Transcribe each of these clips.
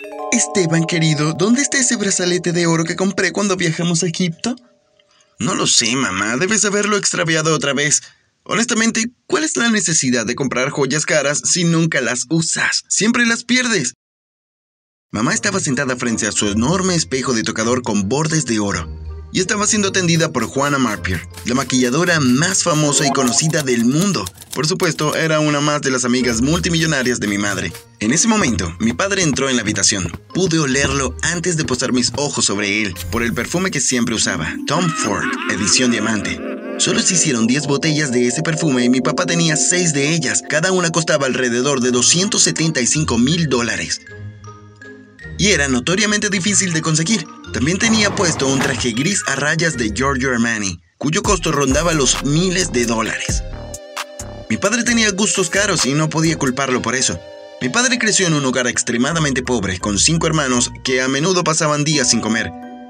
Esteban, querido, ¿dónde está ese brazalete de oro que compré cuando viajamos a Egipto? No lo sé, mamá. Debes haberlo extraviado otra vez. Honestamente, ¿cuál es la necesidad de comprar joyas caras si nunca las usas? Siempre las pierdes. Mamá estaba sentada frente a su enorme espejo de tocador con bordes de oro y estaba siendo atendida por Juana Marpier, la maquilladora más famosa y conocida del mundo. Por supuesto, era una más de las amigas multimillonarias de mi madre. En ese momento, mi padre entró en la habitación. Pude olerlo antes de posar mis ojos sobre él, por el perfume que siempre usaba, Tom Ford, edición diamante. Solo se hicieron 10 botellas de ese perfume y mi papá tenía 6 de ellas. Cada una costaba alrededor de $275,000. Y era notoriamente difícil de conseguir. También tenía puesto un traje gris a rayas de Giorgio Armani, cuyo costo rondaba los miles de dólares. Mi padre tenía gustos caros y no podía culparlo por eso. Mi padre creció en un hogar extremadamente pobre, con 5 hermanos que a menudo pasaban días sin comer.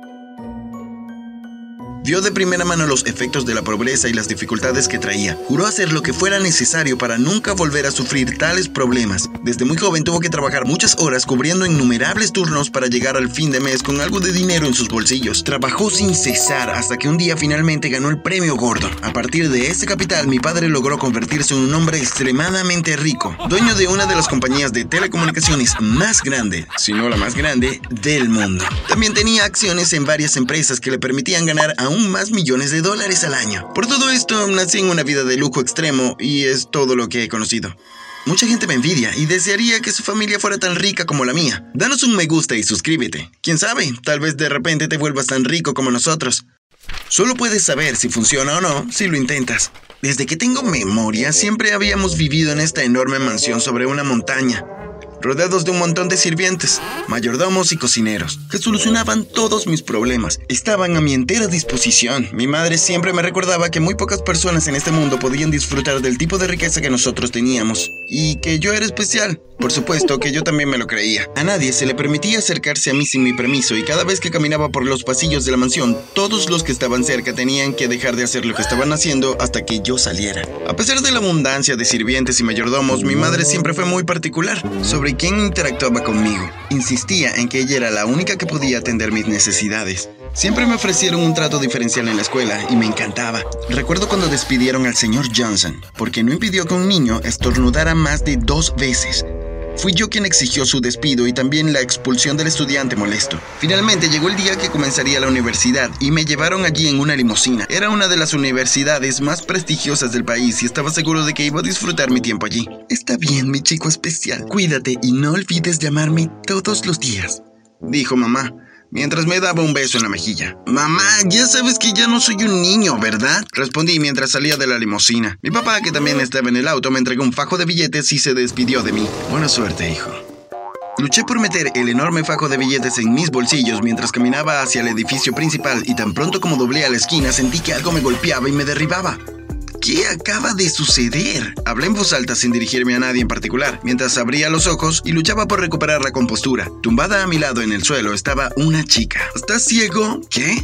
Vio de primera mano los efectos de la pobreza y las dificultades que traía. Juró hacer lo que fuera necesario para nunca volver a sufrir tales problemas. Desde muy joven tuvo que trabajar muchas horas cubriendo innumerables turnos para llegar al fin de mes con algo de dinero en sus bolsillos. Trabajó sin cesar hasta que un día finalmente ganó el premio gordo. A partir de ese capital, mi padre logró convertirse en un hombre extremadamente rico, dueño de una de las compañías de telecomunicaciones más grande, si no la más grande, del mundo. También tenía acciones en varias empresas que le permitían ganar aún más millones de dólares al año. Por todo esto, nací en una vida de lujo extremo y es todo lo que he conocido. Mucha gente me envidia y desearía que su familia fuera tan rica como la mía. Danos un me gusta y suscríbete. Quién sabe, tal vez de repente te vuelvas tan rico como nosotros. Solo puedes saber si funciona o no si lo intentas. Desde que tengo memoria, siempre habíamos vivido en esta enorme mansión sobre una montaña, rodeados de un montón de sirvientes, mayordomos y cocineros, que solucionaban todos mis problemas. Estaban a mi entera disposición. Mi madre siempre me recordaba que muy pocas personas en este mundo podían disfrutar del tipo de riqueza que nosotros teníamos, y que yo era especial. Por supuesto que yo también me lo creía. A nadie se le permitía acercarse a mí sin mi permiso, y cada vez que caminaba por los pasillos de la mansión, todos los que estaban cerca tenían que dejar de hacer lo que estaban haciendo hasta que yo saliera. A pesar de la abundancia de sirvientes y mayordomos, mi madre siempre fue muy particular sobre quién interactuaba conmigo. Insistía en que ella era la única que podía atender mis necesidades. Siempre me ofrecieron un trato diferencial en la escuela y me encantaba. Recuerdo cuando despidieron al señor Johnson porque no impidió que un niño estornudara más de 2 veces. Fui yo quien exigió su despido y también la expulsión del estudiante molesto. Finalmente llegó el día que comenzaría la universidad y me llevaron allí en una limusina. Era una de las universidades más prestigiosas del país y estaba seguro de que iba a disfrutar mi tiempo allí. Está bien, mi chico especial. Cuídate y no olvides llamarme todos los días, dijo mamá, mientras me daba un beso en la mejilla. Mamá, ya sabes que ya no soy un niño, ¿verdad? Respondí mientras salía de la limusina. Mi papá, que también estaba en el auto, me entregó un fajo de billetes y se despidió de mí. Buena suerte, hijo. Luché por meter el enorme fajo de billetes en mis bolsillos mientras caminaba hacia el edificio principal y tan pronto como doblé a la esquina sentí que algo me golpeaba y me derribaba. ¿Qué acaba de suceder? Hablé en voz alta sin dirigirme a nadie en particular, mientras abría los ojos y luchaba por recuperar la compostura. Tumbada a mi lado en el suelo estaba una chica. ¿Estás ciego? ¿Qué?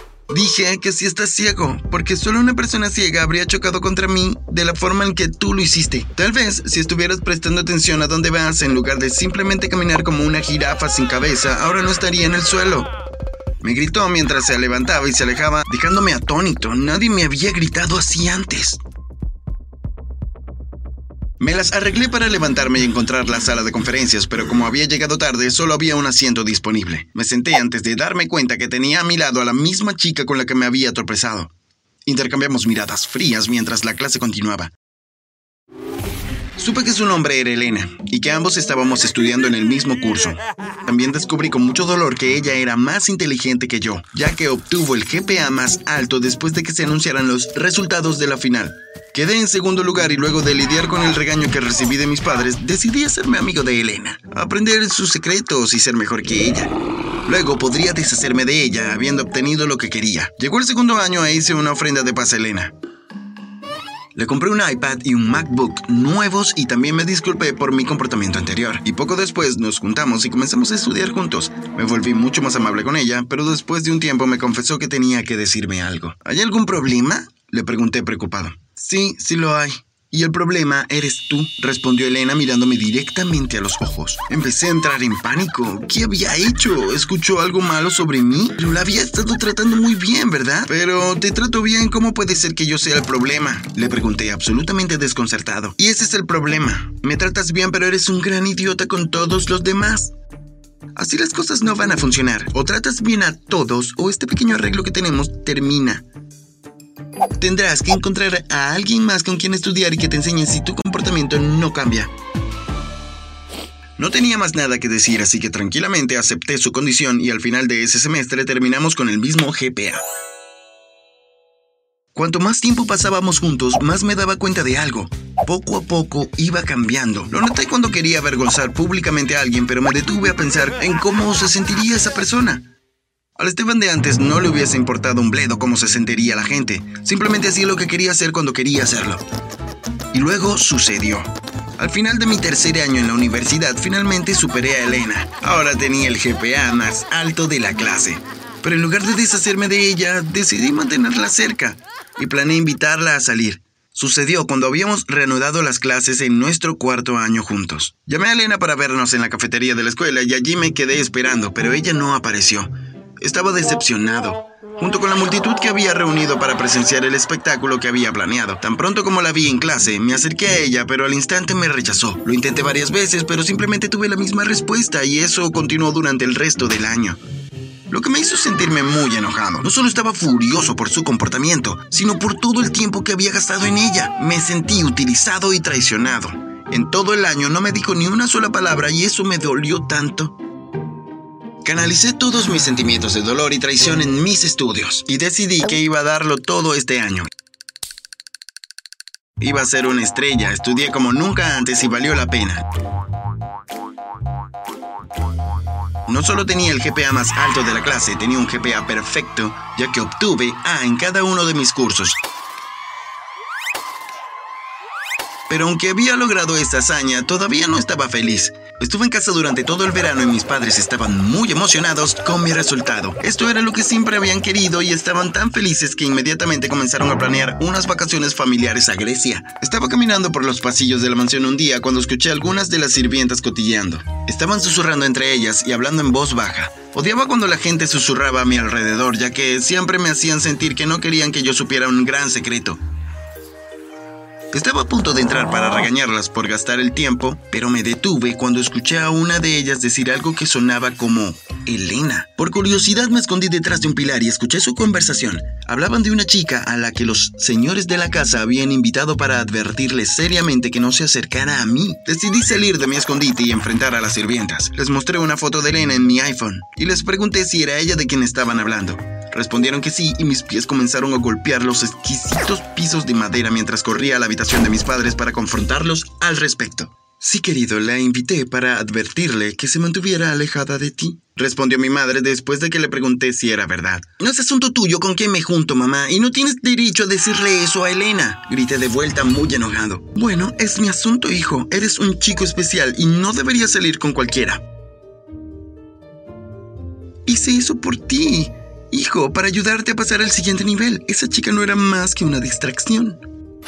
Dije que sí estás ciego, porque solo una persona ciega habría chocado contra mí de la forma en que tú lo hiciste. Tal vez, si estuvieras prestando atención a dónde vas, en lugar de simplemente caminar como una jirafa sin cabeza, ahora no estaría en el suelo. Me gritó mientras se levantaba y se alejaba, dejándome atónito. Nadie me había gritado así antes. Me las arreglé para levantarme y encontrar la sala de conferencias, pero como había llegado tarde, solo había un asiento disponible. Me senté antes de darme cuenta que tenía a mi lado a la misma chica con la que me había tropezado. Intercambiamos miradas frías mientras la clase continuaba. Supe que su nombre era Elena y que ambos estábamos estudiando en el mismo curso. También descubrí con mucho dolor que ella era más inteligente que yo, ya que obtuvo el GPA más alto después de que se anunciaran los resultados de la final. Quedé en segundo lugar y luego de lidiar con el regaño que recibí de mis padres, decidí hacerme amigo de Elena, aprender sus secretos y ser mejor que ella. Luego podría deshacerme de ella, habiendo obtenido lo que quería. Llegó el segundo año e hice una ofrenda de paz a Elena. Le compré un iPad y un MacBook nuevos y también me disculpé por mi comportamiento anterior. Y poco después nos juntamos y comenzamos a estudiar juntos. Me volví mucho más amable con ella, pero después de un tiempo me confesó que tenía que decirme algo. ¿Hay algún problema?, le pregunté preocupado. Sí lo hay. Y el problema eres tú, respondió Elena mirándome directamente a los ojos. Empecé a entrar en pánico. ¿Qué había hecho? ¿Escuchó algo malo sobre mí? Pero la había estado tratando muy bien, ¿verdad? Pero te trato bien, ¿cómo puede ser que yo sea el problema? Le pregunté, absolutamente desconcertado. Y ese es el problema. Me tratas bien, pero eres un gran idiota con todos los demás. Así las cosas no van a funcionar. O tratas bien a todos, o este pequeño arreglo que tenemos termina. Tendrás que encontrar a alguien más con quien estudiar y que te enseñe si tu comportamiento no cambia. No tenía más nada que decir, así que tranquilamente acepté su condición y al final de ese semestre terminamos con el mismo GPA. Cuanto más tiempo pasábamos juntos, más me daba cuenta de algo. Poco a poco iba cambiando. Lo noté cuando quería avergonzar públicamente a alguien, pero me detuve a pensar en cómo se sentiría esa persona. Al Esteban de antes no le hubiese importado un bledo cómo se sentiría la gente. Simplemente hacía lo que quería hacer cuando quería hacerlo. Y luego sucedió. Al final de mi tercer año en la universidad, finalmente superé a Elena. Ahora tenía el GPA más alto de la clase. Pero en lugar de deshacerme de ella, decidí mantenerla cerca y planeé invitarla a salir. Sucedió cuando habíamos reanudado las clases en nuestro cuarto año juntos. Llamé a Elena para vernos en la cafetería de la escuela y allí me quedé esperando, pero ella no apareció. Estaba decepcionado, junto con la multitud que había reunido para presenciar el espectáculo que había planeado. Tan pronto como la vi en clase, me acerqué a ella, pero al instante me rechazó. Lo intenté varias veces, pero simplemente tuve la misma respuesta y eso continuó durante el resto del año. Lo que me hizo sentirme muy enojado. No solo estaba furioso por su comportamiento, sino por todo el tiempo que había gastado en ella. Me sentí utilizado y traicionado. En todo el año no me dijo ni una sola palabra y eso me dolió tanto. Canalicé todos mis sentimientos de dolor y traición en mis estudios y decidí que iba a darlo todo este año. Iba a ser una estrella, estudié como nunca antes y valió la pena. No solo tenía el GPA más alto de la clase, tenía un GPA perfecto, ya que obtuve A en cada uno de mis cursos. Pero aunque había logrado esta hazaña, todavía no estaba feliz. Estuve en casa durante todo el verano y mis padres estaban muy emocionados con mi resultado. Esto era lo que siempre habían querido y estaban tan felices que inmediatamente comenzaron a planear unas vacaciones familiares a Grecia. Estaba caminando por los pasillos de la mansión un día cuando escuché a algunas de las sirvientas cotilleando. Estaban susurrando entre ellas y hablando en voz baja. Odiaba cuando la gente susurraba a mi alrededor, ya que siempre me hacían sentir que no querían que yo supiera un gran secreto. Estaba a punto de entrar para regañarlas por gastar el tiempo, pero me detuve cuando escuché a una de ellas decir algo que sonaba como Elena. Por curiosidad me escondí detrás de un pilar y escuché su conversación. Hablaban de una chica a la que los señores de la casa habían invitado para advertirle seriamente que no se acercara a mí. Decidí salir de mi escondite y enfrentar a las sirvientas. Les mostré una foto de Elena en mi iPhone y les pregunté si era ella de quien estaban hablando. Respondieron que sí y mis pies comenzaron a golpear los exquisitos pisos de madera mientras corría a la habitación de mis padres para confrontarlos al respecto. Sí, querido, la invité para advertirle que se mantuviera alejada de ti, respondió mi madre después de que le pregunté si era verdad. No es asunto tuyo con quién me junto, mamá, y no tienes derecho a decirle eso a Elena, grité de vuelta muy enojado. Bueno, es mi asunto, hijo. Eres un chico especial y no deberías salir con cualquiera. Hice eso por ti, hijo, para ayudarte a pasar al siguiente nivel. Esa chica no era más que una distracción,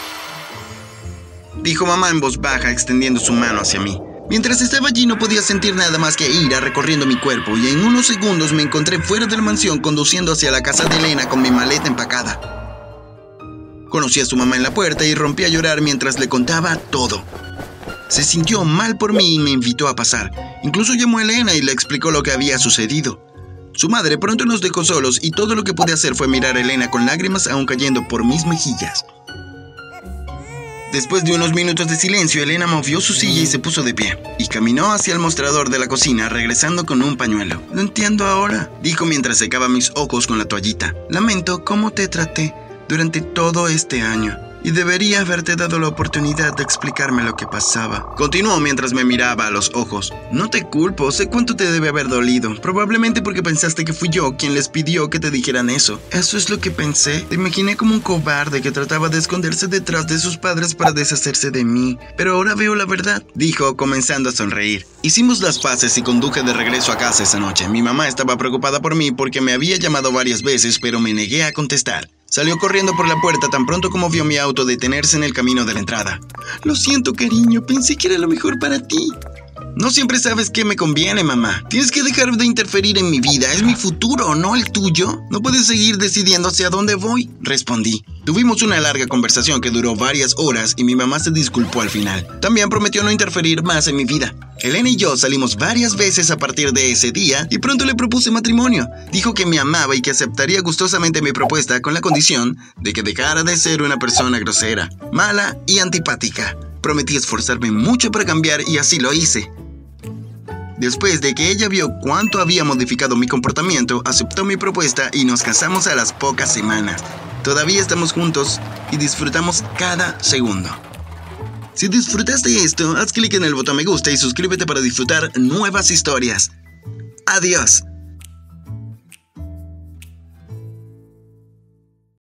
dijo mamá en voz baja, extendiendo su mano hacia mí. Mientras estaba allí no podía sentir nada más que ira recorriendo mi cuerpo y en unos segundos me encontré fuera de la mansión conduciendo hacia la casa de Elena con mi maleta empacada. Conocí a su mamá en la puerta y rompí a llorar mientras le contaba todo. Se sintió mal por mí y me invitó a pasar. Incluso llamó a Elena y le explicó lo que había sucedido. Su madre pronto nos dejó solos y todo lo que pude hacer fue mirar a Elena con lágrimas aún cayendo por mis mejillas. Después de unos minutos de silencio, Elena movió su silla y se puso de pie, y caminó hacia el mostrador de la cocina, regresando con un pañuelo. Lo entiendo ahora, dijo mientras secaba mis ojos con la toallita. Lamento cómo te traté durante todo este año, y debería haberte dado la oportunidad de explicarme lo que pasaba. Continuó mientras me miraba a los ojos. No te culpo, sé cuánto te debe haber dolido. Probablemente porque pensaste que fui yo quien les pidió que te dijeran eso. Eso es lo que pensé. Te imaginé como un cobarde que trataba de esconderse detrás de sus padres para deshacerse de mí. Pero ahora veo la verdad, dijo, comenzando a sonreír. Hicimos las paces y conduje de regreso a casa esa noche. Mi mamá estaba preocupada por mí porque me había llamado varias veces, pero me negué a contestar. Salió corriendo por la puerta tan pronto como vio mi auto detenerse en el camino de la entrada. Lo siento, cariño, pensé que era lo mejor para ti. No siempre sabes qué me conviene, mamá. Tienes que dejar de interferir en mi vida. Es mi futuro, no el tuyo. No puedes seguir decidiendo hacia dónde voy, respondí. Tuvimos una larga conversación que duró varias horas y mi mamá se disculpó al final. También prometió no interferir más en mi vida. Elena y yo salimos varias veces a partir de ese día y pronto le propuse matrimonio. Dijo que me amaba y que aceptaría gustosamente mi propuesta con la condición de que dejara de ser una persona grosera, mala y antipática. Prometí esforzarme mucho para cambiar y así lo hice. Después de que ella vio cuánto había modificado mi comportamiento, aceptó mi propuesta y nos casamos a las pocas semanas. Todavía estamos juntos y disfrutamos cada segundo. Si disfrutaste esto, haz clic en el botón me gusta y suscríbete para disfrutar nuevas historias. Adiós.